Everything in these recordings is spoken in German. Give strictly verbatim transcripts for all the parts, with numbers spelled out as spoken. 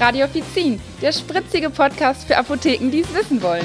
Radio Offizin, der spritzige Podcast für Apotheken, die es wissen wollen.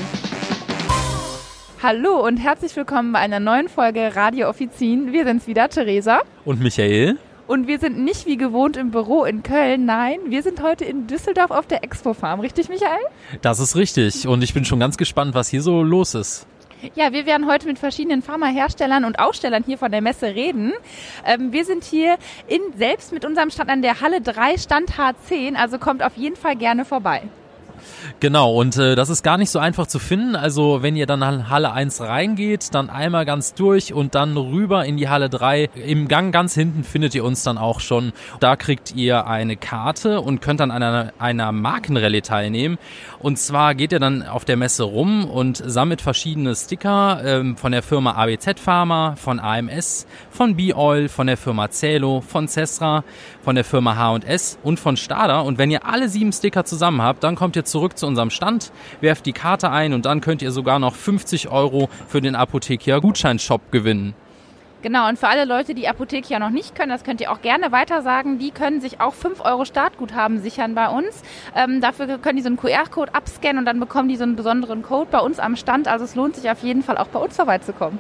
Hallo und herzlich willkommen bei einer neuen Folge Radio Offizin. Wir sind's wieder, Theresa. Und Michael. Und wir sind nicht wie gewohnt im Büro in Köln, nein, wir sind heute in Düsseldorf auf der Expo Farm. Richtig, Michael? Das ist richtig und ich bin schon ganz gespannt, was hier so los ist. Ja, wir werden heute mit verschiedenen Pharmaherstellern und Ausstellern hier von der Messe reden. Ähm, wir sind hier in, selbst mit unserem Stand an der Halle drei, Stand H zehn, also kommt auf jeden Fall gerne vorbei. Genau, und äh, das ist gar nicht so einfach zu finden. Also wenn ihr dann in Halle eins reingeht, dann einmal ganz durch und dann rüber in die Halle drei. Im Gang ganz hinten findet ihr uns dann auch schon. Da kriegt ihr eine Karte und könnt dann an einer, einer Markenrallye teilnehmen. Und zwar geht ihr dann auf der Messe rum und sammelt verschiedene Sticker ähm, von der Firma A B Z Pharma, von A M S, von B-Oil, von der Firma Zelo, von Cestra, von der Firma H und S und von Stada. Und wenn ihr alle sieben Sticker zusammen habt, dann kommt ihr zurück zu unserem Stand, werft die Karte ein und dann könnt ihr sogar noch fünfzig Euro für den Apothekia Gutscheinshop gewinnen. Genau, und für alle Leute, die Apothekia noch nicht können, das könnt ihr auch gerne weiter sagen, die können sich auch fünf Euro Startguthaben sichern bei uns. Ähm, dafür können die so einen Q R-Code abscannen und dann bekommen die so einen besonderen Code bei uns am Stand. Also es lohnt sich auf jeden Fall auch bei uns vorbeizukommen.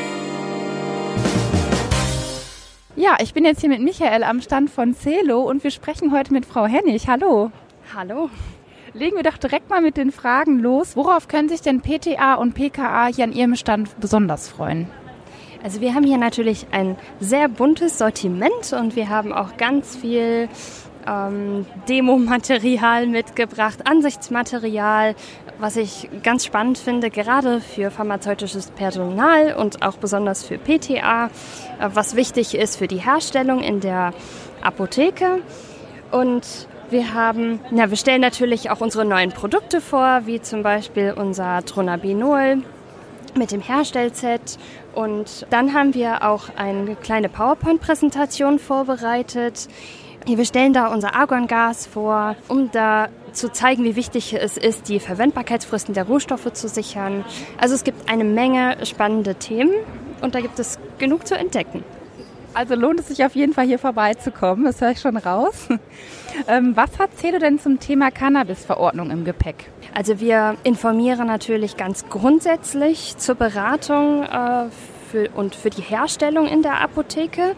Ja, ich bin jetzt hier mit Michael am Stand von Zelo und wir sprechen heute mit Frau Hennig. Hallo. Hallo. Legen wir doch direkt mal mit den Fragen los. Worauf können sich denn P T A und P K A hier an Ihrem Stand besonders freuen? Also wir haben hier natürlich ein sehr buntes Sortiment und wir haben auch ganz viel ähm, Demomaterial mitgebracht, Ansichtsmaterial, was ich ganz spannend finde, gerade für pharmazeutisches Personal und auch besonders für P T A, äh, was wichtig ist für die Herstellung in der Apotheke. Und wir haben, na, wir stellen natürlich auch unsere neuen Produkte vor, wie zum Beispiel unser Dronabinol mit dem Herstellset. Und dann haben wir auch eine kleine PowerPoint-Präsentation vorbereitet. Wir stellen da unser Argongas vor, um da zu zeigen, wie wichtig es ist, die Verwendbarkeitsfristen der Rohstoffe zu sichern. Also es gibt eine Menge spannende Themen und da gibt es genug zu entdecken. Also lohnt es sich auf jeden Fall hier vorbeizukommen, das höre ich schon raus. Ähm, was hat Zelo denn zum Thema Cannabis-Verordnung im Gepäck? Also wir informieren natürlich ganz grundsätzlich zur Beratung äh, für, und für die Herstellung in der Apotheke.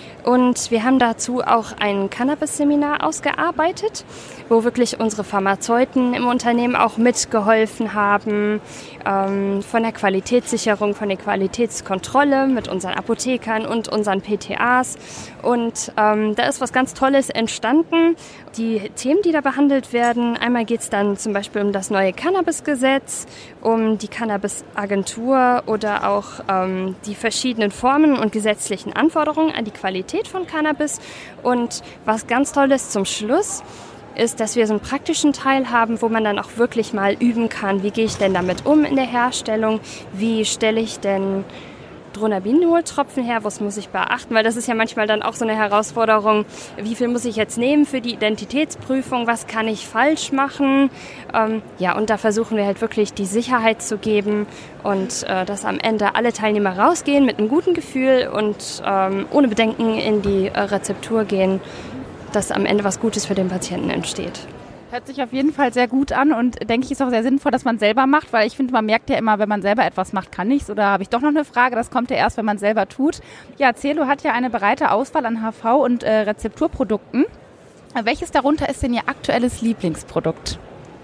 Und wir haben dazu auch ein Cannabis-Seminar ausgearbeitet, wo wirklich unsere Pharmazeuten im Unternehmen auch mitgeholfen haben, ähm, von der Qualitätssicherung, von der Qualitätskontrolle mit unseren Apothekern und unseren P T As. Und ähm, da ist was ganz Tolles entstanden. Die Themen, die da behandelt werden, einmal geht es dann zum Beispiel um das neue Cannabis-Gesetz, um die Cannabis-Agentur oder auch ähm, die verschiedenen Formen und gesetzlichen Anforderungen an die Qualität von Cannabis. Und was ganz toll ist zum Schluss, ist, dass wir so einen praktischen Teil haben, wo man dann auch wirklich mal üben kann, wie gehe ich denn damit um in der Herstellung, wie stelle ich denn Dronabinol-Tropfen her, was muss ich beachten, weil das ist ja manchmal dann auch so eine Herausforderung, wie viel muss ich jetzt nehmen für die Identitätsprüfung, was kann ich falsch machen, ähm, ja, und da versuchen wir halt wirklich die Sicherheit zu geben und äh, dass am Ende alle Teilnehmer rausgehen mit einem guten Gefühl und ähm, ohne Bedenken in die äh, Rezeptur gehen, dass am Ende was Gutes für den Patienten entsteht. Hört sich auf jeden Fall sehr gut an und denke ich, ist auch sehr sinnvoll, dass man selber macht, weil ich finde, man merkt ja immer, wenn man selber etwas macht, kann ich's oder habe ich doch noch eine Frage, das kommt ja erst, wenn man es selber tut. Ja, Zelo hat ja eine breite Auswahl an H V- und äh, Rezepturprodukten. Welches darunter ist denn Ihr aktuelles Lieblingsprodukt?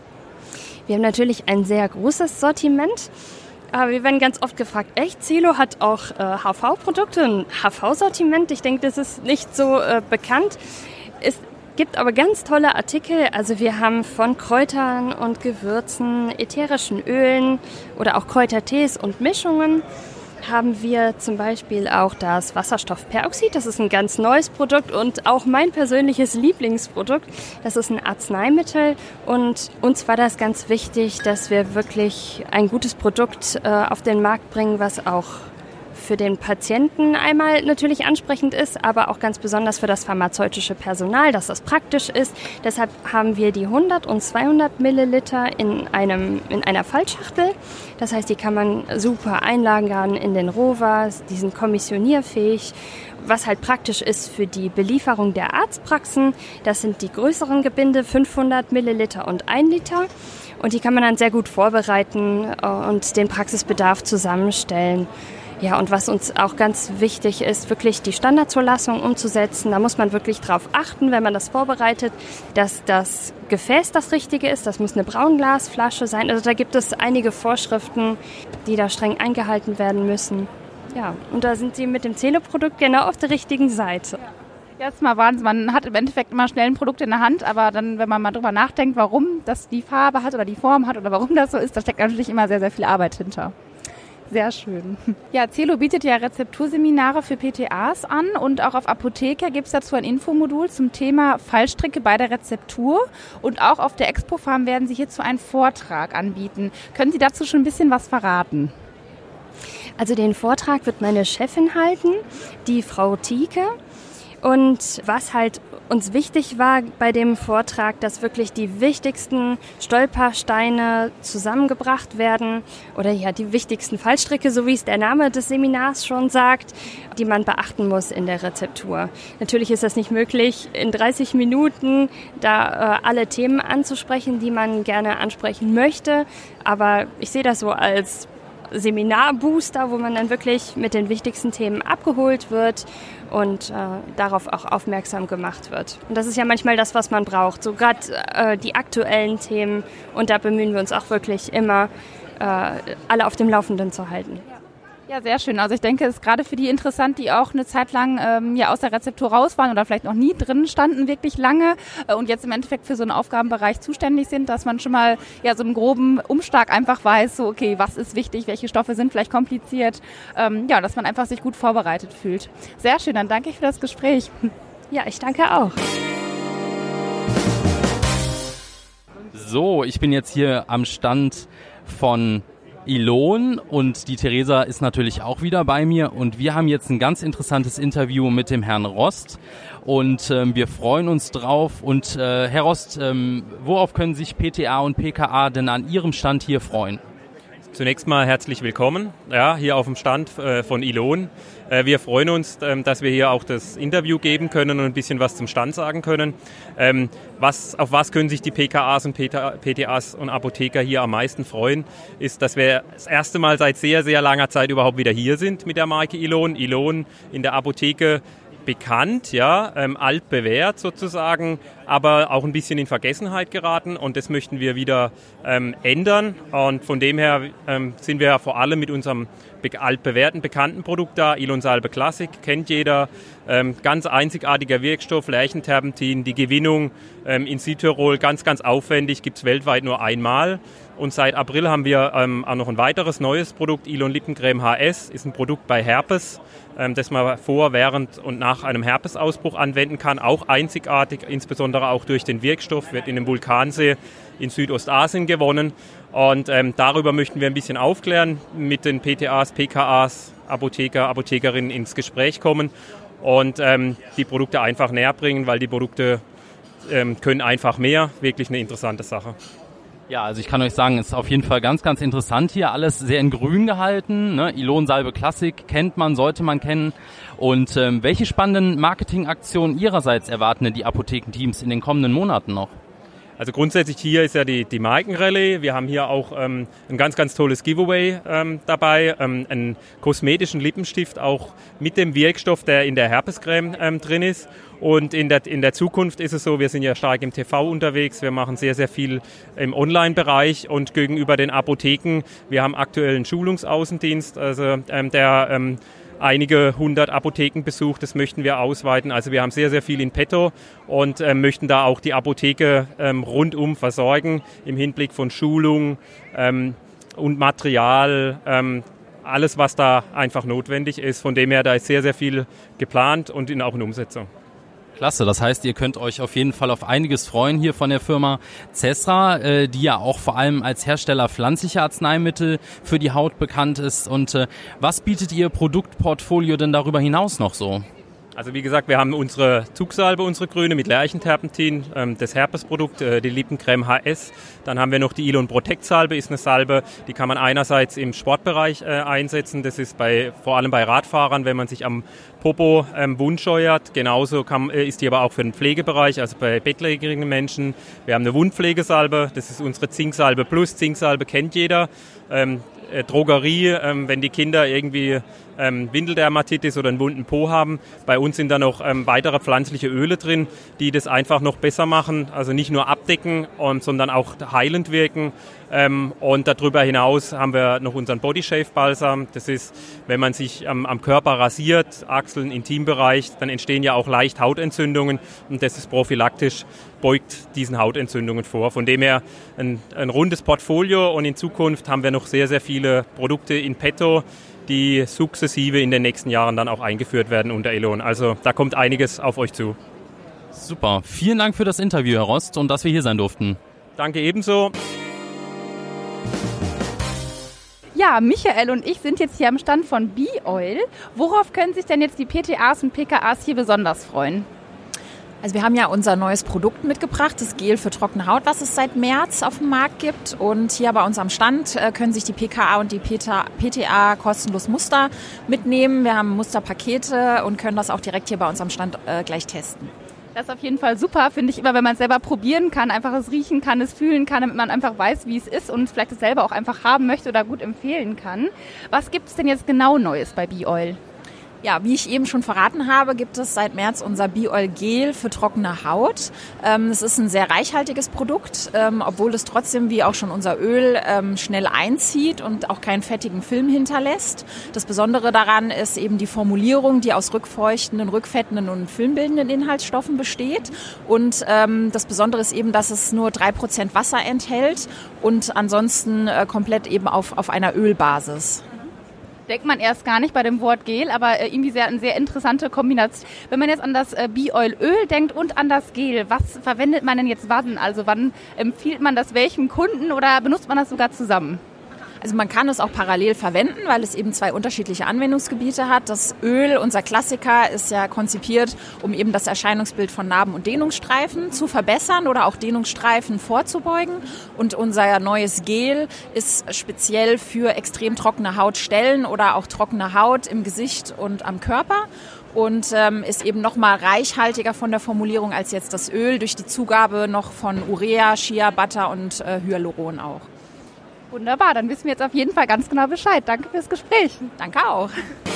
Wir haben natürlich ein sehr großes Sortiment. Aber wir werden ganz oft gefragt, echt, Zelo hat auch äh, H V-Produkte, ein H V-Sortiment? Ich denke, das ist nicht so äh, bekannt. Es gibt aber ganz tolle Artikel. Also wir haben von Kräutern und Gewürzen, ätherischen Ölen oder auch Kräutertees und Mischungen haben wir zum Beispiel auch das Wasserstoffperoxid. Das ist ein ganz neues Produkt und auch mein persönliches Lieblingsprodukt. Das ist ein Arzneimittel und uns war das ganz wichtig, dass wir wirklich ein gutes Produkt äh, auf den Markt bringen, was auch für den Patienten einmal natürlich ansprechend ist, aber auch ganz besonders für das pharmazeutische Personal, dass das praktisch ist. Deshalb haben wir die hundert und zweihundert Milliliter in, einem, in einer Fallschachtel. Das heißt, die kann man super einlagern in den Rover, die sind kommissionierfähig was halt praktisch ist für die Belieferung der Arztpraxen. Das sind die größeren Gebinde, fünfhundert Milliliter und ein Liter. Und die kann man dann sehr gut vorbereiten und den Praxisbedarf zusammenstellen. Ja, und was uns auch ganz wichtig ist, wirklich die Standardzulassung umzusetzen. Da muss man wirklich drauf achten, wenn man das vorbereitet, dass das Gefäß das Richtige ist. Das muss eine Braunglasflasche sein. Also da gibt es einige Vorschriften, die da streng eingehalten werden müssen. Ja, und da sind Sie mit dem Zelo-Produkt genau auf der richtigen Seite. Ja, ist mal Wahnsinn. Man hat im Endeffekt immer schnell ein Produkt in der Hand, aber dann, wenn man mal drüber nachdenkt, warum das die Farbe hat oder die Form hat oder warum das so ist, da steckt natürlich immer sehr, sehr viel Arbeit hinter. Sehr schön. Ja, Zelo bietet ja Rezepturseminare für P T As an und auch auf Apotheker gibt es dazu ein Infomodul zum Thema Fallstricke bei der Rezeptur. Und auch auf der Expo-Farm werden Sie hierzu einen Vortrag anbieten. Können Sie dazu schon ein bisschen was verraten? Also den Vortrag wird meine Chefin halten, die Frau Thieke. Und was halt uns wichtig war bei dem Vortrag, dass wirklich die wichtigsten Stolpersteine zusammengebracht werden oder ja die wichtigsten Fallstricke, so wie es der Name des Seminars schon sagt, die man beachten muss in der Rezeptur. Natürlich ist das nicht möglich, in dreißig Minuten da äh, alle Themen anzusprechen, die man gerne ansprechen möchte, aber ich sehe das so als Seminarbooster, wo man dann wirklich mit den wichtigsten Themen abgeholt wird und äh, darauf auch aufmerksam gemacht wird. Und das ist ja manchmal das, was man braucht, so gerade äh, die aktuellen Themen. Und da bemühen wir uns auch wirklich immer, äh, alle auf dem Laufenden zu halten. Ja, sehr schön. Also ich denke, es ist gerade für die interessant, die auch eine Zeit lang ähm, ja aus der Rezeptur raus waren oder vielleicht noch nie drin standen, wirklich lange äh, und jetzt im Endeffekt für so einen Aufgabenbereich zuständig sind, dass man schon mal ja so einen groben Umschlag einfach weiß, so okay, was ist wichtig, welche Stoffe sind vielleicht kompliziert, ähm, ja, dass man einfach sich gut vorbereitet fühlt. Sehr schön, dann danke ich für das Gespräch. Ja, ich danke auch. So, ich bin jetzt hier am Stand von Ilon und die Theresa ist natürlich auch wieder bei mir und wir haben jetzt ein ganz interessantes Interview mit dem Herrn Rost und ähm, wir freuen uns drauf und äh, Herr Rost, ähm, worauf können sich P T A und P K A denn an Ihrem Stand hier freuen? Zunächst mal herzlich willkommen, ja, hier auf dem Stand äh, von Ilon. Äh, wir freuen uns, ähm, dass wir hier auch das Interview geben können und ein bisschen was zum Stand sagen können. Ähm, was, auf was können sich die P K As und P T As und Apotheker hier am meisten freuen, ist, dass wir das erste Mal seit sehr, sehr langer Zeit überhaupt wieder hier sind mit der Marke Ilon. Ilon in der Apotheke bekannt, ja, ähm, altbewährt sozusagen, aber auch ein bisschen in Vergessenheit geraten und das möchten wir wieder ähm, ändern und von dem her ähm, sind wir ja vor allem mit unserem be- altbewährten, bekannten Produkt da, Ilon Salbe Classic, kennt jeder, ähm, ganz einzigartiger Wirkstoff, Lärchenterpentin, die Gewinnung ähm, in Südtirol ganz, ganz aufwendig, gibt es weltweit nur einmal. Und seit April haben wir ähm, auch noch ein weiteres neues Produkt, Ilon Lippencreme H S, ist ein Produkt bei Herpes, ähm, das man vor, während und nach einem Herpesausbruch anwenden kann, auch einzigartig, insbesondere auch durch den Wirkstoff, wird in dem Vulkansee in Südostasien gewonnen. Und ähm, darüber möchten wir ein bisschen aufklären, mit den P T As, P K As, Apotheker, Apothekerinnen ins Gespräch kommen und ähm, die Produkte einfach näher bringen, weil die Produkte ähm, können einfach mehr, wirklich eine interessante Sache. Ja, also ich kann euch sagen, es ist auf jeden Fall ganz, ganz interessant hier. Alles sehr in grün gehalten. Ne? Ilon Salbe Classic kennt man, sollte man kennen. Und ähm, welche spannenden Marketingaktionen Ihrerseits erwarten denn die Apothekenteams in den kommenden Monaten noch? Also grundsätzlich hier ist ja die, die Markenrallye. Wir haben hier auch ähm, ein ganz, ganz tolles Giveaway ähm, dabei, ähm, einen kosmetischen Lippenstift auch mit dem Wirkstoff, der in der Herpescreme ähm, drin ist. Und in der, in der Zukunft ist es so, wir sind ja stark im T V unterwegs, wir machen sehr, sehr viel im Online-Bereich und gegenüber den Apotheken. Wir haben aktuell einen Schulungsaußendienst, also ähm, der ähm, einige hundert Apotheken besucht, das möchten wir ausweiten. Also wir haben sehr, sehr viel in petto und äh, möchten da auch die Apotheke ähm, rundum versorgen im Hinblick von Schulung ähm, und Material, ähm, alles, was da einfach notwendig ist. Von dem her, da ist sehr, sehr viel geplant und in, auch in Umsetzung. Klasse, das heißt, ihr könnt euch auf jeden Fall auf einiges freuen hier von der Firma Cesra, äh, die ja auch vor allem als Hersteller pflanzlicher Arzneimittel für die Haut bekannt ist. Und äh, was bietet Ihr Produktportfolio denn darüber hinaus noch so? Also wie gesagt, wir haben unsere Zugsalbe, unsere grüne mit Lerchenterpentin, ähm, das Herpesprodukt, äh, die Lippencreme H S. Dann haben wir noch die Ilon Protect Salbe, ist eine Salbe, die kann man einerseits im Sportbereich äh, einsetzen. Das ist bei vor allem bei Radfahrern, wenn man sich am Popo ähm, wundscheuert. Genauso kann, äh, ist die aber auch für den Pflegebereich, also bei bettlägerigen Menschen. Wir haben eine Wundpflegesalbe, das ist unsere Zinksalbe Plus. Zinksalbe kennt jeder. Ähm, äh, Drogerie, ähm, wenn die Kinder irgendwie ähm, Windeldermatitis oder einen wunden Po haben. Bei uns sind da noch ähm, weitere pflanzliche Öle drin, die das einfach noch besser machen. Also nicht nur abdecken, und, sondern auch heilend wirken. Ähm, und darüber hinaus haben wir noch unseren Body Shave Balsam. Das ist, wenn man sich ähm, am Körper rasiert, Achseln, Intimbereich, dann entstehen ja auch leicht Hautentzündungen. Und das ist prophylaktisch, beugt diesen Hautentzündungen vor. Von dem her ein, ein rundes Portfolio, und in Zukunft haben wir noch sehr, sehr viele Produkte in petto, die sukzessive in den nächsten Jahren dann auch eingeführt werden unter Ilon. Also da kommt einiges auf euch zu. Super. Vielen Dank für das Interview, Herr Rost, und dass wir hier sein durften. Danke ebenso. Ja, Michael und ich sind jetzt hier am Stand von B-Oil. Worauf können sich denn jetzt die P T As und P K As hier besonders freuen? Also wir haben ja unser neues Produkt mitgebracht, das Gel für trockene Haut, was es seit März auf dem Markt gibt. Und hier bei uns am Stand äh, können sich die P K A und die P T A kostenlos Muster mitnehmen. Wir haben Musterpakete und können das auch direkt hier bei uns am Stand äh, gleich testen. Das ist auf jeden Fall super, finde ich immer, wenn man es selber probieren kann, einfach es riechen kann, es fühlen kann, damit man einfach weiß, wie es ist und es vielleicht es selber auch einfach haben möchte oder gut empfehlen kann. Was gibt es denn jetzt genau Neues bei B-Oil? Ja, wie ich eben schon verraten habe, gibt es seit März unser B-Oil Gel für trockene Haut. Ähm, es ist ein sehr reichhaltiges Produkt, ähm, obwohl es trotzdem wie auch schon unser Öl ähm, schnell einzieht und auch keinen fettigen Film hinterlässt. Das Besondere daran ist eben die Formulierung, die aus rückfeuchtenden, rückfettenden und filmbildenden Inhaltsstoffen besteht. Und ähm, das Besondere ist eben, dass es nur drei Prozent Wasser enthält und ansonsten äh, komplett eben auf, auf einer Ölbasis. Denkt man erst gar nicht bei dem Wort Gel, aber irgendwie sehr, eine sehr interessante Kombination. Wenn man jetzt an das B-Oil Öl denkt und an das Gel, was verwendet man denn jetzt wann? Also wann empfiehlt man das welchem Kunden oder benutzt man das sogar zusammen? Also man kann es auch parallel verwenden, weil es eben zwei unterschiedliche Anwendungsgebiete hat. Das Öl, unser Klassiker, ist ja konzipiert, um eben das Erscheinungsbild von Narben und Dehnungsstreifen zu verbessern oder auch Dehnungsstreifen vorzubeugen. Und unser neues Gel ist speziell für extrem trockene Hautstellen oder auch trockene Haut im Gesicht und am Körper. Und ähm, ist eben noch mal reichhaltiger von der Formulierung als jetzt das Öl durch die Zugabe noch von Urea, Shea Butter und äh, Hyaluron auch. Wunderbar, dann wissen wir jetzt auf jeden Fall ganz genau Bescheid. Danke fürs Gespräch. Danke auch.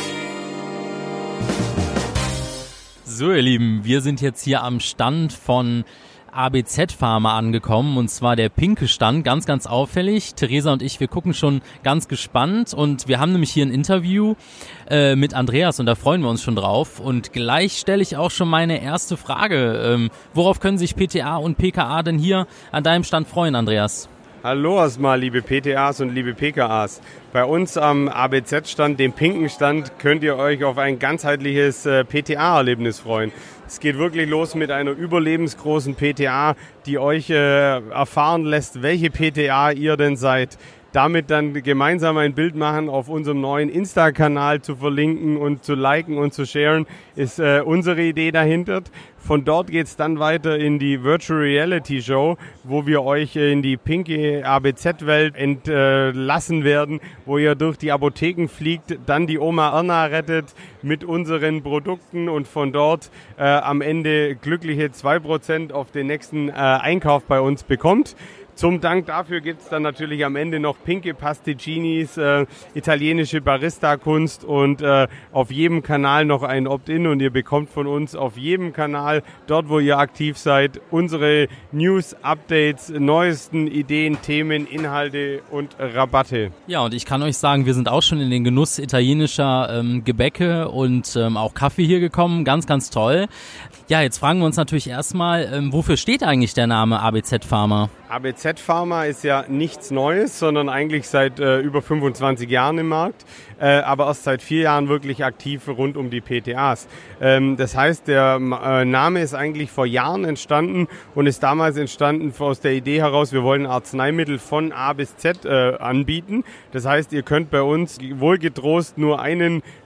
So, ihr Lieben, wir sind jetzt hier am Stand von A B Z Pharma angekommen, und zwar der pinke Stand, ganz, ganz auffällig. Theresa und ich, wir gucken schon ganz gespannt, und wir haben nämlich hier ein Interview äh, mit Andreas, und da freuen wir uns schon drauf. Und gleich stelle ich auch schon meine erste Frage. Ähm, worauf können sich P T A und P K A denn hier an deinem Stand freuen, Andreas? Hallo erstmal, liebe P T As und liebe P K As. Bei uns am A B Z-Stand, dem pinken Stand, könnt ihr euch auf ein ganzheitliches äh, P T A-Erlebnis freuen. Es geht wirklich los mit einer überlebensgroßen P T A, die euch äh, erfahren lässt, welche P T A ihr denn seid. Damit dann gemeinsam ein Bild machen, auf unserem neuen Insta-Kanal zu verlinken und zu liken und zu sharen, ist äh, unsere Idee dahinter. Von dort geht's dann weiter in die Virtual Reality Show, wo wir euch in die pinke A B Z-Welt entlassen werden, wo ihr durch die Apotheken fliegt, dann die Oma Erna rettet mit unseren Produkten und von dort äh, am Ende glückliche zwei Prozent auf den nächsten äh, Einkauf bei uns bekommt. Zum Dank dafür gibt's dann natürlich am Ende noch pinke Pasticcinis, äh, italienische Barista-Kunst und äh, auf jedem Kanal noch ein Opt-in, und ihr bekommt von uns auf jedem Kanal, dort wo ihr aktiv seid, unsere News, Updates, neuesten Ideen, Themen, Inhalte und Rabatte. Ja, und ich kann euch sagen, wir sind auch schon in den Genuss italienischer ähm, Gebäcke und ähm, auch Kaffee hier gekommen. Ganz, ganz toll. Ja, jetzt fragen wir uns natürlich erstmal, ähm, wofür steht eigentlich der Name A B Z Pharma? A B Z Pharma ist ja nichts Neues, sondern eigentlich seit äh, über fünfundzwanzig Jahren im Markt, äh, aber erst seit vier Jahren wirklich aktiv rund um die P T As. Ähm, das heißt, der äh, Name ist eigentlich vor Jahren entstanden und ist damals entstanden aus der Idee heraus, wir wollen Arzneimittel von A bis Z äh, anbieten. Das heißt, ihr könnt bei uns wohlgetrost nur einen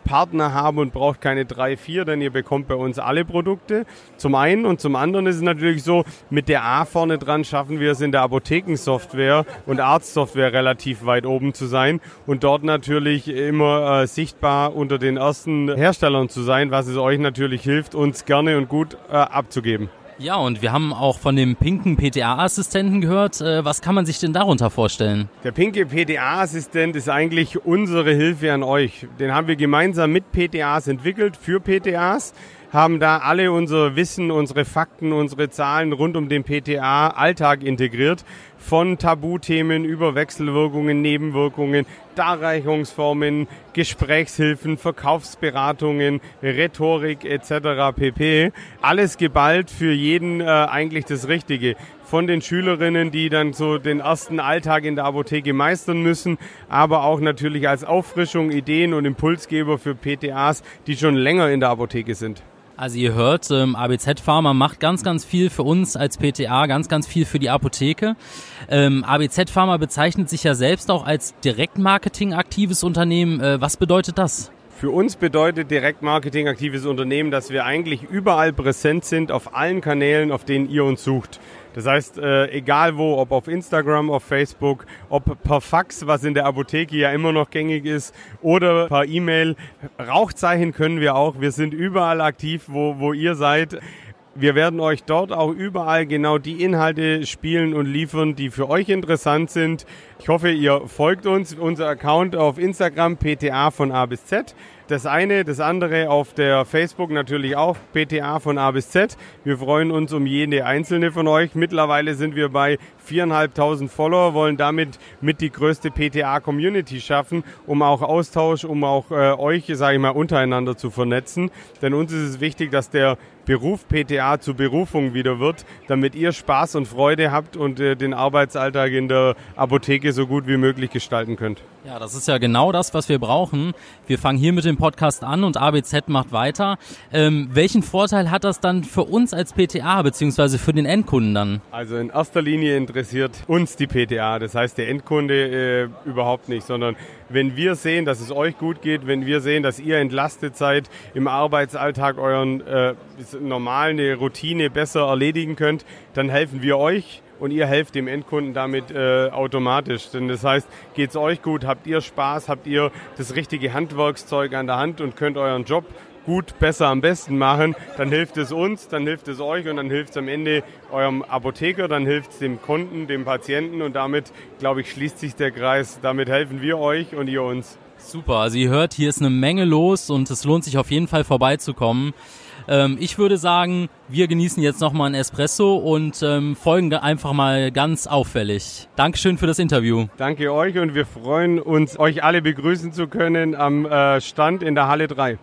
Partner haben und braucht keine drei, vier, denn ihr bekommt bei uns alle Produkte. Zum einen und zum anderen ist es natürlich so, mit der A vorne dran schaffen wir es in der Apothekensoftware und Arztsoftware relativ weit oben zu sein und dort natürlich immer äh, sichtbar unter den ersten Herstellern zu sein, was es euch natürlich hilft, uns gerne und gut äh, abzugeben. Ja, und wir haben auch von dem pinken P T A-Assistenten gehört. Was kann man sich denn darunter vorstellen? Der pinke P T A-Assistent ist eigentlich unsere Hilfe an euch. Den haben wir gemeinsam mit P T As entwickelt, für P T As, haben da alle unser Wissen, unsere Fakten, unsere Zahlen rund um den P T A-Alltag integriert. Von Tabuthemen über Wechselwirkungen, Nebenwirkungen, Darreichungsformen, Gesprächshilfen, Verkaufsberatungen, Rhetorik et cetera pp. Alles geballt für jeden äh, eigentlich das Richtige. Von den Schülerinnen, die dann so den ersten Alltag in der Apotheke meistern müssen, aber auch natürlich als Auffrischung, Ideen und Impulsgeber für P T As, die schon länger in der Apotheke sind. Also ihr hört, ähm, A B Z Pharma macht ganz, ganz viel für uns als P T A, ganz, ganz viel für die Apotheke. Ähm, A B Z Pharma bezeichnet sich ja selbst auch als Direktmarketing-aktives Unternehmen. Äh, was bedeutet das? Für uns bedeutet Direktmarketing aktives Unternehmen, dass wir eigentlich überall präsent sind, auf allen Kanälen, auf denen ihr uns sucht. Das heißt, äh, egal wo, ob auf Instagram, auf Facebook, ob per Fax, was in der Apotheke ja immer noch gängig ist, oder per E-Mail. Rauchzeichen können wir auch. Wir sind überall aktiv, wo, wo ihr seid. Wir werden euch dort auch überall genau die Inhalte spielen und liefern, die für euch interessant sind. Ich hoffe, ihr folgt uns. Unser Account auf Instagram, P T A von A bis Z. Das eine, das andere auf der Facebook natürlich auch, P T A von A bis Z. Wir freuen uns um jede einzelne von euch. Mittlerweile sind wir bei viertausendfünfhundert Follower, wollen damit mit die größte P T A-Community schaffen, um auch Austausch, um auch äh, euch, sage ich mal, untereinander zu vernetzen. Denn uns ist es wichtig, dass der Beruf P T A zur Berufung wieder wird, damit ihr Spaß und Freude habt und äh, den Arbeitsalltag in der Apotheke so gut wie möglich gestalten könnt. Ja, das ist ja genau das, was wir brauchen. Wir fangen hier mit dem Podcast an und A B Z macht weiter. Ähm, welchen Vorteil hat das dann für uns als P T A beziehungsweise für den Endkunden dann? Also in erster Linie interessiert uns die P T A, das heißt der Endkunde äh, überhaupt nicht, sondern wenn wir sehen, dass es euch gut geht, wenn wir sehen, dass ihr entlastet seid, im Arbeitsalltag euren äh, normalen Routine besser erledigen könnt, dann helfen wir euch. Und ihr helft dem Endkunden damit äh, automatisch. Denn das heißt, geht's euch gut, habt ihr Spaß, habt ihr das richtige Handwerkszeug an der Hand und könnt euren Job gut, besser, am besten machen, dann hilft es uns, dann hilft es euch und dann hilft es am Ende eurem Apotheker, dann hilft es dem Kunden, dem Patienten und damit, glaube ich, schließt sich der Kreis. Damit helfen wir euch und ihr uns. Super, also ihr hört, hier ist eine Menge los und es lohnt sich auf jeden Fall vorbeizukommen. Ähm, ich würde sagen, wir genießen jetzt nochmal einen Espresso und ähm, folgen einfach mal ganz auffällig. Dankeschön für das Interview. Danke euch und wir freuen uns, euch alle begrüßen zu können am äh, Stand in der Halle drei.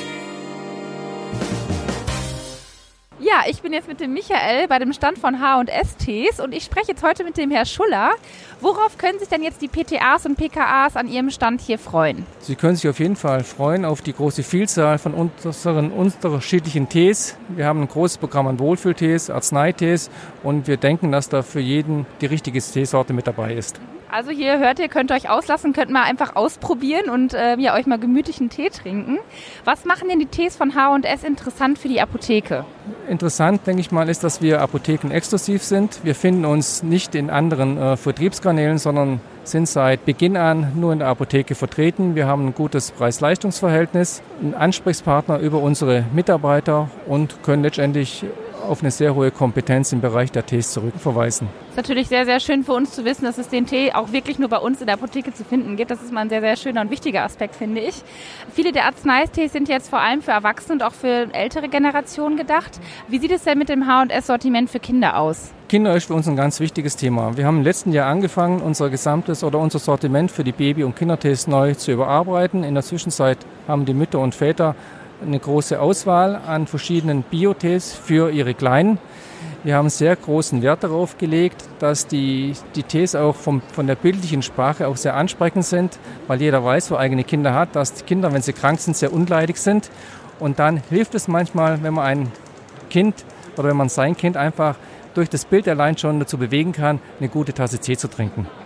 Ja, ich bin jetzt mit dem Michael bei dem Stand von H und S Tees und ich spreche jetzt heute mit dem Herrn Schuller. Worauf können sich denn jetzt die P T As und P K As an Ihrem Stand hier freuen? Sie können sich auf jeden Fall freuen auf die große Vielzahl von unseren unterschiedlichen Tees. Wir haben ein großes Programm an Wohlfühltees, Arzneitees und wir denken, dass da für jeden die richtige Teesorte mit dabei ist. Also hier hört ihr, könnt ihr euch auslassen, könnt mal einfach ausprobieren und äh, ja, euch mal gemütlichen Tee trinken. Was machen denn die Tees von H und S interessant für die Apotheke? Interessant, denke ich mal, ist, dass wir apothekenexklusiv sind. Wir finden uns nicht in anderen äh, Vertriebskanälen, sondern sind seit Beginn an nur in der Apotheke vertreten. Wir haben ein gutes Preis-Leistungs-Verhältnis, einen Ansprechpartner über unsere Mitarbeiter und können letztendlich auf eine sehr hohe Kompetenz im Bereich der Tees zurückverweisen. Das ist natürlich sehr, sehr schön für uns zu wissen, dass es den Tee auch wirklich nur bei uns in der Apotheke zu finden gibt. Das ist mal ein sehr, sehr schöner und wichtiger Aspekt, finde ich. Viele der Arzneitees sind jetzt vor allem für Erwachsene und auch für ältere Generationen gedacht. Wie sieht es denn mit dem H und S-Sortiment für Kinder aus? Kinder ist für uns ein ganz wichtiges Thema. Wir haben im letzten Jahr angefangen, unser gesamtes oder unser Sortiment für die Baby- und Kindertees neu zu überarbeiten. In der Zwischenzeit haben die Mütter und Väter eine große Auswahl an verschiedenen Bio-Tees für ihre Kleinen. Wir haben sehr großen Wert darauf gelegt, dass die, die Tees auch vom, von der bildlichen Sprache auch sehr ansprechend sind, weil jeder weiß, wer eigene Kinder hat, dass die Kinder, wenn sie krank sind, sehr unleidig sind. Und dann hilft es manchmal, wenn man ein Kind oder wenn man sein Kind einfach durch das Bild allein schon dazu bewegen kann, eine gute Tasse Tee zu trinken.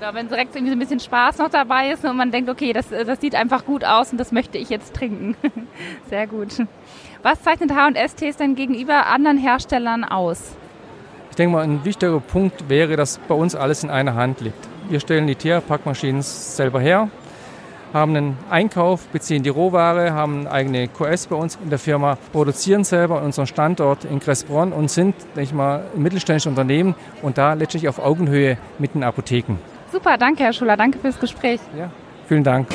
Genau, wenn direkt irgendwie so ein bisschen Spaß noch dabei ist und man denkt, okay, das, das sieht einfach gut aus und das möchte ich jetzt trinken. Sehr gut. Was zeichnet H und S Tees denn gegenüber anderen Herstellern aus? Ich denke mal, ein wichtiger Punkt wäre, dass bei uns alles in einer Hand liegt. Wir stellen die Teerpackmaschinen selber her, haben einen Einkauf, beziehen die Rohware, haben eine eigene Q S bei uns in der Firma, produzieren selber unseren Standort in Kressbronn und sind, denke ich mal, ein mittelständisches Unternehmen und da letztlich auf Augenhöhe mit den Apotheken. Super, danke Herr Schuller, danke fürs Gespräch. Ja, vielen Dank.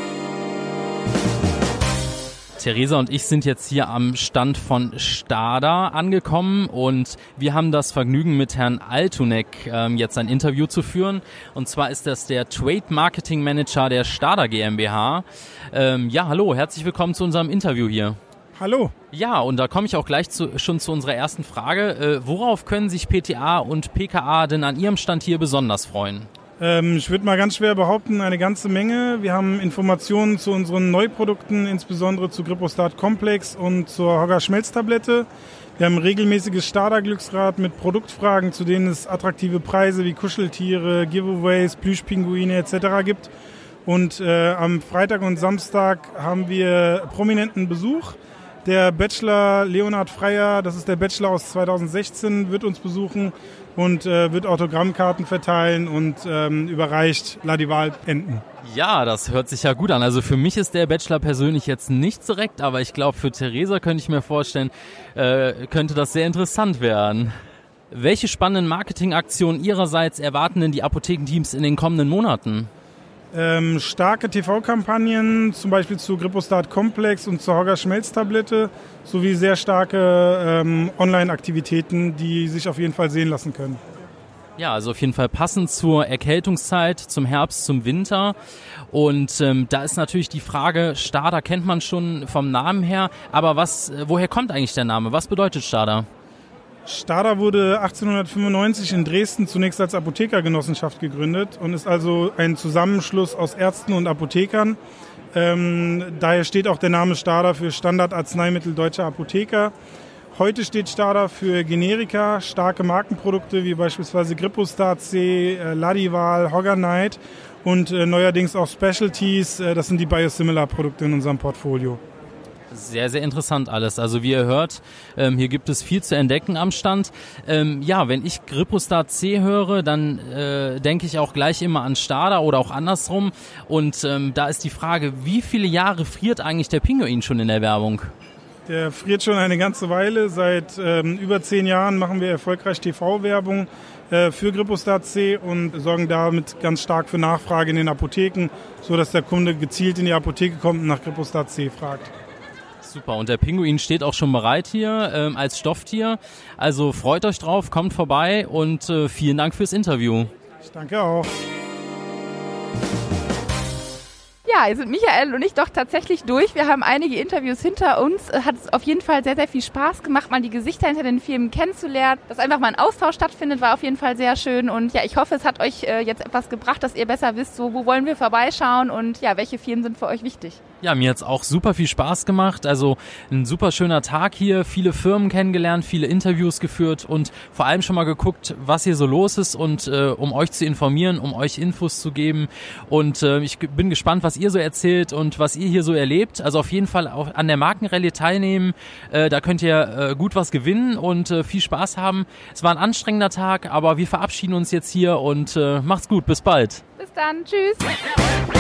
Theresa und ich sind jetzt hier am Stand von Stada angekommen und wir haben das Vergnügen, mit Herrn Altunek ähm, jetzt ein Interview zu führen. Und zwar ist das der Trade Marketing Manager der Stada GmbH. Ähm, ja, hallo, herzlich willkommen zu unserem Interview hier. Hallo. Ja, und da komme ich auch gleich zu, schon zu unserer ersten Frage. Äh, worauf können sich P T A und P K A denn an Ihrem Stand hier besonders freuen? Ähm, ich würde mal ganz schwer behaupten, eine ganze Menge. Wir haben Informationen zu unseren Neuprodukten, insbesondere zu Gripostat Complex und zur Hogger Schmelztablette. Wir haben ein regelmäßiges Stada-Glücksrad mit Produktfragen, zu denen es attraktive Preise wie Kuscheltiere, Giveaways, Plüschpinguine et cetera gibt. Und äh, am Freitag und Samstag haben wir prominenten Besuch. Der Bachelor Leonhard Freier, das ist der Bachelor aus zweitausendsechzehn, wird uns besuchen und äh, wird Autogrammkarten verteilen und ähm, überreicht Ladival-Enten. Ja, das hört sich ja gut an. Also für mich ist der Bachelor persönlich jetzt nicht direkt, aber ich glaube, für Theresa könnte ich mir vorstellen, äh, könnte das sehr interessant werden. Welche spannenden Marketingaktionen Ihrerseits erwarten denn die Apothekenteams in den kommenden Monaten? Ähm, starke T V-Kampagnen, zum Beispiel zu Gripostat Complex und zur Hogger Schmelztablette, sowie sehr starke ähm, Online-Aktivitäten, die sich auf jeden Fall sehen lassen können. Ja, also auf jeden Fall passend zur Erkältungszeit, zum Herbst, zum Winter. Und ähm, da ist natürlich die Frage, Stada kennt man schon vom Namen her, aber was, woher kommt eigentlich der Name? Was bedeutet Stada? Stada wurde achtzehnhundertfünfundneunzig in Dresden zunächst als Apothekergenossenschaft gegründet und ist also ein Zusammenschluss aus Ärzten und Apothekern. Ähm, daher steht auch der Name Stada für Standardarzneimittel deutscher Apotheker. Heute steht Stada für Generika, starke Markenprodukte wie beispielsweise Gripostat C, äh, Ladival, Hogger Night und äh, neuerdings auch Specialties. Äh, das sind die Biosimilar-Produkte in unserem Portfolio. Sehr, sehr interessant alles. Also wie ihr hört, ähm, hier gibt es viel zu entdecken am Stand. Ähm, ja, wenn ich Gripostat C höre, dann äh, denke ich auch gleich immer an Stada oder auch andersrum. Und ähm, da ist die Frage, wie viele Jahre friert eigentlich der Pinguin schon in der Werbung? Der friert schon eine ganze Weile. Seit ähm, über zehn Jahren machen wir erfolgreich T V-Werbung äh, für Gripostat C und sorgen damit ganz stark für Nachfrage in den Apotheken, sodass der Kunde gezielt in die Apotheke kommt und nach Gripostat C fragt. Super, und der Pinguin steht auch schon bereit hier ähm, als Stofftier. Also freut euch drauf, kommt vorbei und äh, vielen Dank fürs Interview. Ich danke auch. Ja, hier sind Michael und ich doch tatsächlich durch. Wir haben einige Interviews hinter uns. Hat es auf jeden Fall sehr, sehr viel Spaß gemacht, mal die Gesichter hinter den Firmen kennenzulernen. Dass einfach mal ein Austausch stattfindet, war auf jeden Fall sehr schön. Und ja, ich hoffe, es hat euch äh, jetzt etwas gebracht, dass ihr besser wisst, so, wo wollen wir vorbeischauen und ja, welche Firmen sind für euch wichtig. Ja, mir hat's auch super viel Spaß gemacht. Also ein super schöner Tag hier, viele Firmen kennengelernt, viele Interviews geführt und vor allem schon mal geguckt, was hier so los ist und äh, um euch zu informieren, um euch Infos zu geben. Und äh, ich bin gespannt, was ihr so erzählt und was ihr hier so erlebt. Also auf jeden Fall auch an der Markenrallye teilnehmen. Äh, da könnt ihr äh, gut was gewinnen und äh, viel Spaß haben. Es war ein anstrengender Tag, aber wir verabschieden uns jetzt hier und äh, macht's gut. Bis bald. Bis dann. Tschüss.